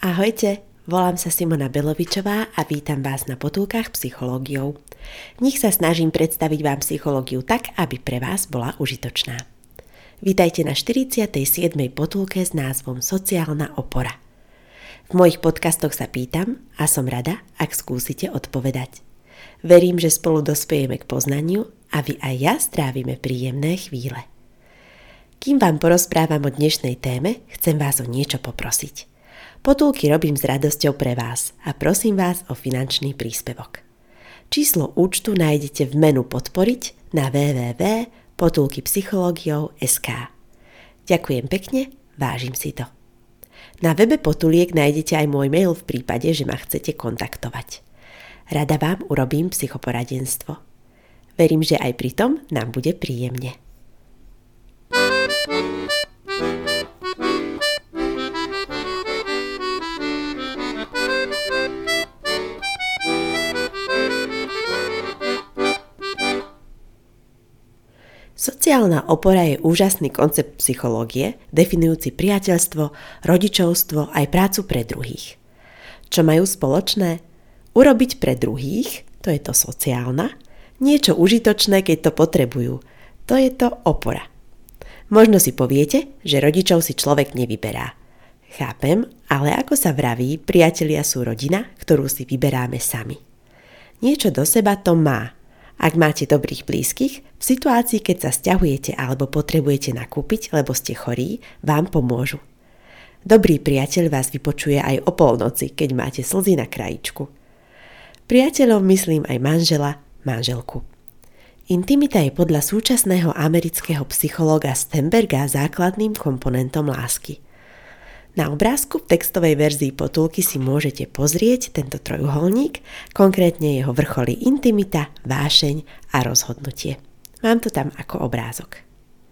Ahojte, volám sa Simona Belovičová a vítam vás na Potulkách psychológiou. V nich sa snažím predstaviť vám psychológiu tak, aby pre vás bola užitočná. Vítajte na 47. potulke s názvom Sociálna opora. V mojich podcastoch sa pýtam a som rada, ak skúsite odpovedať. Verím, že spolu dospejeme k poznaniu a vy aj ja strávime príjemné chvíle. Kým vám porozprávam o dnešnej téme, chcem vás o niečo poprosiť. Potulky robím s radosťou pre vás a prosím vás o finančný príspevok. Číslo účtu nájdete v menu podporiť na www.potulkypsychologiou.sk. Ďakujem pekne, vážim si to. Na webe Potuliek nájdete aj môj mail v prípade, že ma chcete kontaktovať. Rada vám urobím psychoporadenstvo. Verím, že aj pri tom nám bude príjemne. Sociálna opora je úžasný koncept psychológie, definujúci priateľstvo, rodičovstvo aj prácu pre druhých. Čo majú spoločné? Urobiť pre druhých, to je to sociálna, niečo užitočné, keď to potrebujú, to je to opora. Možno si poviete, že rodičov si človek nevyberá. Chápem, ale ako sa vraví, priatelia sú rodina, ktorú si vyberáme sami. Niečo do seba to má. Ak máte dobrých blízkych, v situácii, keď sa sťahujete alebo potrebujete nakúpiť, lebo ste chorí, vám pomôžu. Dobrý priateľ vás vypočuje aj o polnoci, keď máte slzy na krajičku. Priateľom myslím aj manžela, manželku. Intimita je podľa súčasného amerického psychológa Sternberga základným komponentom lásky. Na obrázku v textovej verzii potulky si môžete pozrieť tento trojuholník, konkrétne jeho vrcholy intimita, vášeň a rozhodnutie. Mám to tam ako obrázok.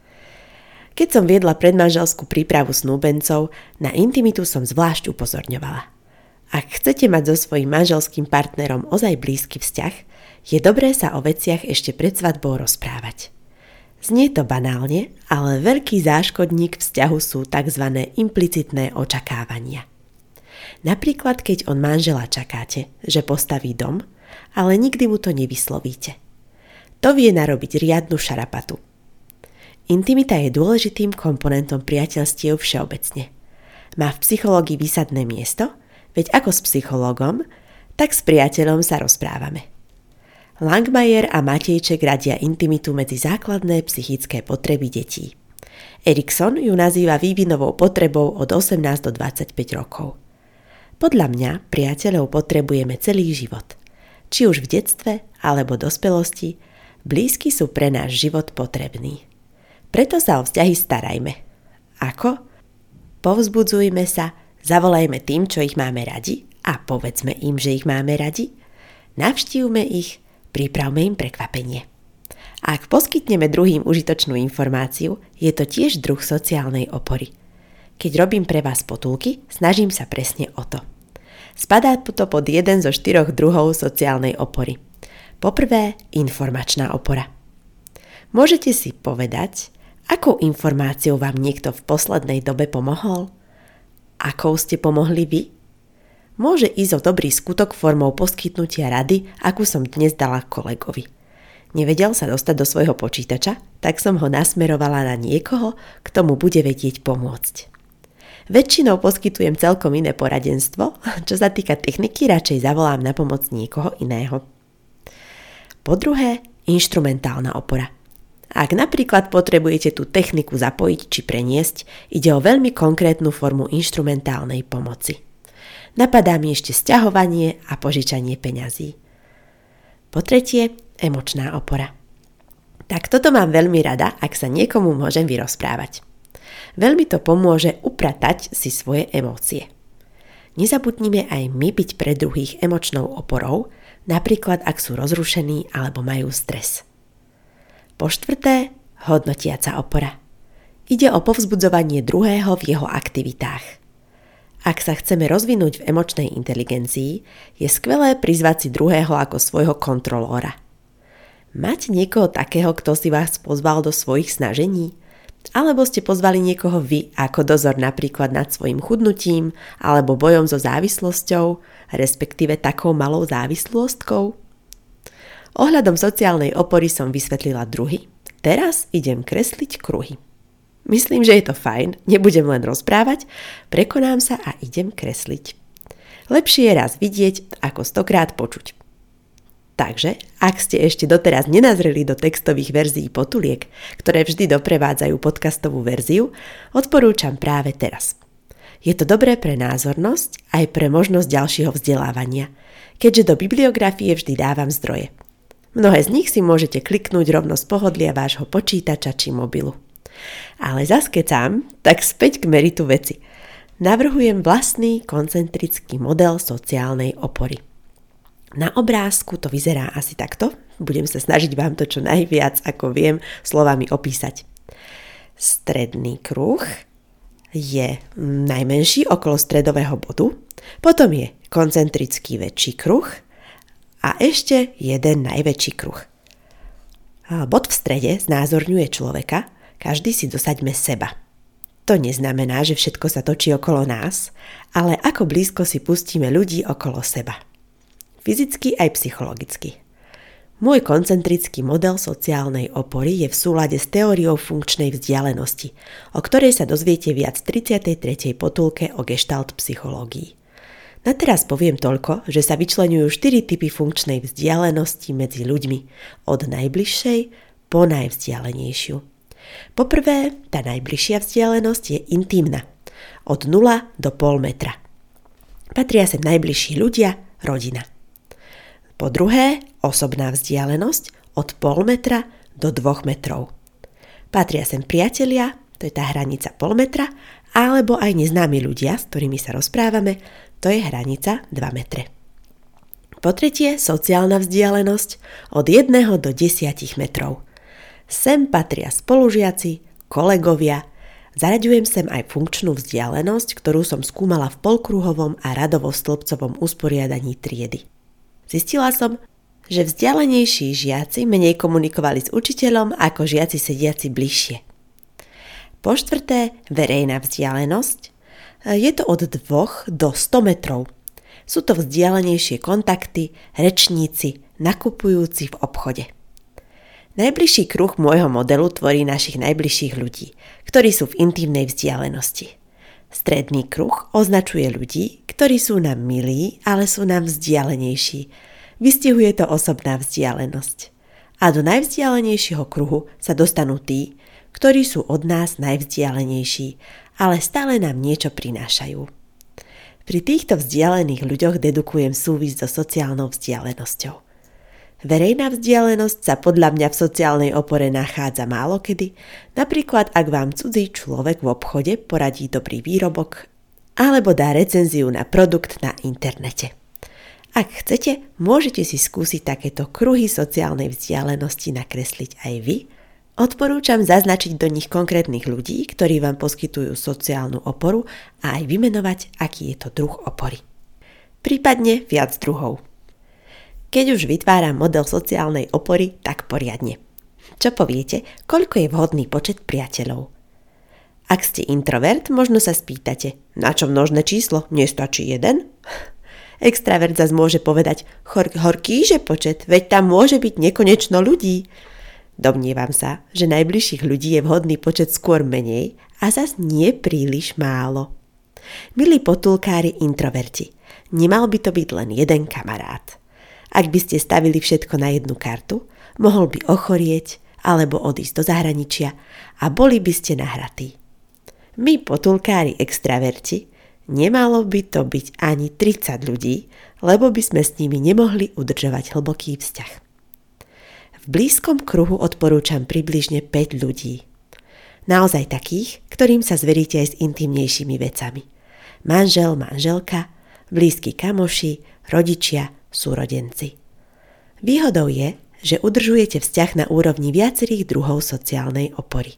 Keď som viedla predmanželskú prípravu snúbencov, na intimitu som zvlášť upozorňovala. Ak chcete mať so svojím manželským partnerom ozaj blízky vzťah, je dobré sa o veciach ešte pred svadbou rozprávať. Znie to banálne, ale veľký záškodník vzťahu sú tzv. Implicitné očakávania. Napríklad, keď od manžela čakáte, že postaví dom, ale nikdy mu to nevyslovíte. To vie narobiť riadnu šarapatu. Intimita je dôležitým komponentom priateľstiev všeobecne. Má v psychológii výsadné miesto, veď ako s psychológom, tak s priateľom sa rozprávame. Langmajer a Matejček radia intimitu medzi základné psychické potreby detí. Erikson ju nazýva vývinovou potrebou od 18 do 25 rokov. Podľa mňa priateľov potrebujeme celý život. Či už v detstve alebo dospelosti, blízky sú pre náš život potrební. Preto sa o vzťahy starajme. Ako? Povzbudzujme sa, zavolajme tým, čo ich máme radi a povedzme im, že ich máme radi. Navštívme ich, pripravme im prekvapenie. Ak poskytneme druhým užitočnú informáciu, je to tiež druh sociálnej opory. Keď robím pre vás potulky, snažím sa presne o to. Spadá to pod jeden zo 4 druhov sociálnej opory. Poprvé, informačná opora. Môžete si povedať, akou informáciou vám niekto v poslednej dobe pomohol? Akou ste pomohli vy? Môže ísť o dobrý skutok formou poskytnutia rady, akú som dnes dala kolegovi. Nevedel sa dostať do svojho počítača, tak som ho nasmerovala na niekoho, kto mu bude vedieť pomôcť. Väčšinou poskytujem celkom iné poradenstvo, čo sa týka techniky, radšej zavolám na pomoc niekoho iného. Po druhé, inštrumentálna opora. Ak napríklad potrebujete tú techniku zapojiť či preniesť, ide o veľmi konkrétnu formu inštrumentálnej pomoci. Napadá mi ešte sťahovanie a požičanie peňazí. Po tretie, emočná opora. Tak toto mám veľmi rada, ak sa niekomu môžem vyrozprávať. Veľmi to pomôže upratať si svoje emócie. Nezabudnime aj my byť pre druhých emočnou oporou, napríklad ak sú rozrušení alebo majú stres. Po štvrté, hodnotiaca opora. Ide o povzbudzovanie druhého v jeho aktivitách. Ak sa chceme rozvinúť v emočnej inteligencii, je skvelé prizvať si druhého ako svojho kontrolóra. Mať niekoho takého, kto si vás pozval do svojich snažení? Alebo ste pozvali niekoho vy ako dozor napríklad nad svojim chudnutím alebo bojom so závislosťou, respektíve takou malou závislostkou. Ohľadom sociálnej opory som vysvetlila druhy. Teraz idem kresliť kruhy. Myslím, že je to fajn, nebudem len rozprávať, prekonám sa a idem kresliť. Lepšie je raz vidieť, ako 100-krát počuť. Takže, ak ste ešte doteraz nenazreli do textových verzií potuliek, ktoré vždy doprevádzajú podcastovú verziu, odporúčam práve teraz. Je to dobré pre názornosť aj pre možnosť ďalšieho vzdelávania, keďže do bibliografie vždy dávam zdroje. Mnohé z nich si môžete kliknúť rovno z pohodlia vášho počítača či mobilu. Ale zas keď sám, tak späť k meritu veci. Navrhujem vlastný koncentrický model sociálnej opory. Na obrázku to vyzerá asi takto. Budem sa snažiť vám to čo najviac, ako viem, slovami opísať. Stredný kruh je najmenší okolo stredového bodu, potom je koncentrický väčší kruh a ešte jeden najväčší kruh. Bod v strede znázorňuje človeka, každý si dosaďme seba. To neznamená, že všetko sa točí okolo nás, ale ako blízko si pustíme ľudí okolo seba. Fyzicky aj psychologicky. Môj koncentrický model sociálnej opory je v súlade s teóriou funkčnej vzdialenosti, o ktorej sa dozviete viac v 33. potulke o gestalt psychológii. Na teraz poviem toľko, že sa vyčleňujú 4 typy funkčnej vzdialenosti medzi ľuďmi, od najbližšej po najvzdialenejšiu. Poprvé, tá najbližšia vzdialenosť je intimná, od 0 do pol metra. Patria sem najbližší ľudia, rodina. Po druhé, osobná vzdialenosť od pol metra do 2 metrov. Patria sem priatelia, to je tá hranica pol metra, alebo aj neznámi ľudia, s ktorými sa rozprávame, to je hranica 2 metre. Po tretie, sociálna vzdialenosť od 1 do 10 metrov. Sem patria spolužiaci, kolegovia, zaraďujem sem aj funkčnú vzdialenosť, ktorú som skúmala v polkruhovom a radovo-stĺpcovom usporiadaní triedy. Zistila som, že vzdialenejší žiaci menej komunikovali s učiteľom ako žiaci sediaci bližšie. Po štvrté, verejná vzdialenosť. Je to od 2 do 100 metrov. Sú to vzdialenejšie kontakty, rečníci, nakupujúci v obchode. Najbližší kruh môjho modelu tvorí našich najbližších ľudí, ktorí sú v intimnej vzdialenosti. Stredný kruh označuje ľudí, ktorí sú nám milí, ale sú nám vzdialenejší. Vystihuje to osobná vzdialenosť. A do najvzdialenejšieho kruhu sa dostanú tí, ktorí sú od nás najvzdialenejší, ale stále nám niečo prinášajú. Pri týchto vzdialených ľuďoch dedukujem súvis so sociálnou vzdialenosťou. Verejná vzdialenosť sa podľa mňa v sociálnej opore nachádza málokedy, napríklad ak vám cudzí človek v obchode poradí dobrý výrobok alebo dá recenziu na produkt na internete. Ak chcete, môžete si skúsiť takéto kruhy sociálnej vzdialenosti nakresliť aj vy. Odporúčam zaznačiť do nich konkrétnych ľudí, ktorí vám poskytujú sociálnu oporu a aj vymenovať, aký je to druh opory. Prípadne viac druhov. Keď už vytváram model sociálnej opory, tak poriadne. Čo poviete, koľko je vhodný počet priateľov? Ak ste introvert, možno sa spýtate, na čo množné číslo, nestačí jeden? Extravert zas môže povedať, horkýže počet, veď tam môže byť nekonečno ľudí. Domnievam sa, že najbližších ľudí je vhodný počet skôr menej a zas nie príliš málo. Milí potulkári introverti, nemal by to byť len jeden kamarát. Ak by ste stavili všetko na jednu kartu, mohol by ochorieť alebo odísť do zahraničia a boli by ste nahratí. My potulkári extraverti, nemalo by to byť ani 30 ľudí, lebo by sme s nimi nemohli udržovať hlboký vzťah. V blízkom kruhu odporúčam približne 5 ľudí. Naozaj takých, ktorým sa zveríte aj s intimnejšími vecami. Manžel, manželka, blízki kamoši, rodičia, súrodenci. Výhodou je, že udržujete vzťah na úrovni viacerých druhov sociálnej opory.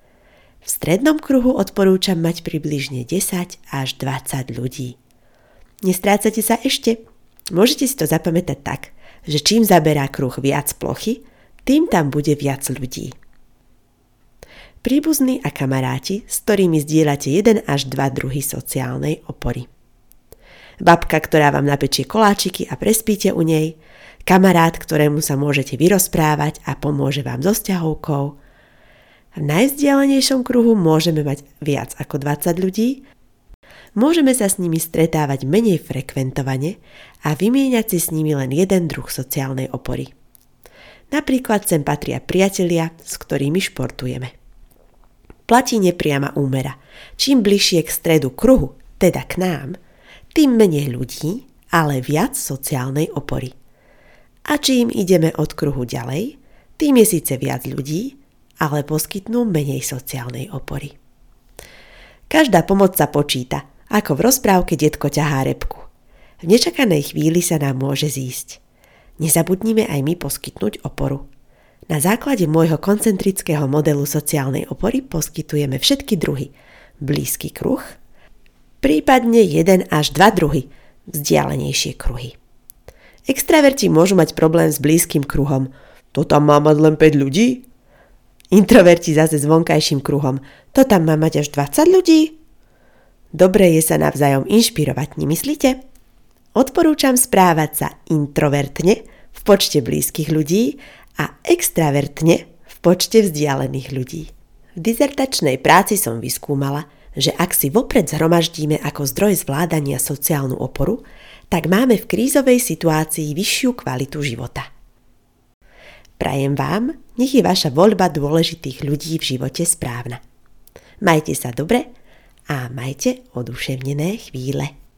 V strednom kruhu odporúčam mať približne 10 až 20 ľudí. Nestrácate sa ešte? Môžete si to zapamätať tak, že čím zaberá kruh viac plochy, tým tam bude viac ľudí. Príbuzní a kamaráti, s ktorými zdieľate 1 až 2 druhy sociálnej opory. Babka, ktorá vám napečie koláčiky a prespíte u nej, kamarát, ktorému sa môžete vyrozprávať a pomôže vám so sťahovkou. V najvzdialenejšom kruhu môžeme mať viac ako 20 ľudí, môžeme sa s nimi stretávať menej frekventovane a vymieňať si s nimi len 1 druh sociálnej opory. Napríklad sem patria priatelia, s ktorými športujeme. Platí nepriama úmera. Čím bližšie k stredu kruhu, teda k nám, tým menej ľudí, ale viac sociálnej opory. A čím ideme od kruhu ďalej, tým je síce viac ľudí, ale poskytnú menej sociálnej opory. Každá pomoc sa počíta, ako v rozprávke Detko ťahá repku. V nečakanej chvíli sa nám môže zísť. Nezabudnime aj my poskytnúť oporu. Na základe môjho koncentrického modelu sociálnej opory poskytujeme všetky druhy. Blízky kruh, prípadne 1 až 2 druhy, vzdialenejšie kruhy. Extraverti môžu mať problém s blízkym kruhom. To tam má mať len 5 ľudí? Introverti zase s vonkajším kruhom. To tam má mať až 20 ľudí? Dobre je sa navzájom inšpirovať, nemyslíte? Odporúčam správať sa introvertne v počte blízkych ľudí a extravertne v počte vzdialených ľudí. V dizertačnej práci som vyskúmala, že ak si vopred zhromaždíme ako zdroj zvládania sociálnu oporu, tak máme v krízovej situácii vyššiu kvalitu života. Prajem vám, nech je vaša voľba dôležitých ľudí v živote správna. Majte sa dobre a majte oduševnené chvíle.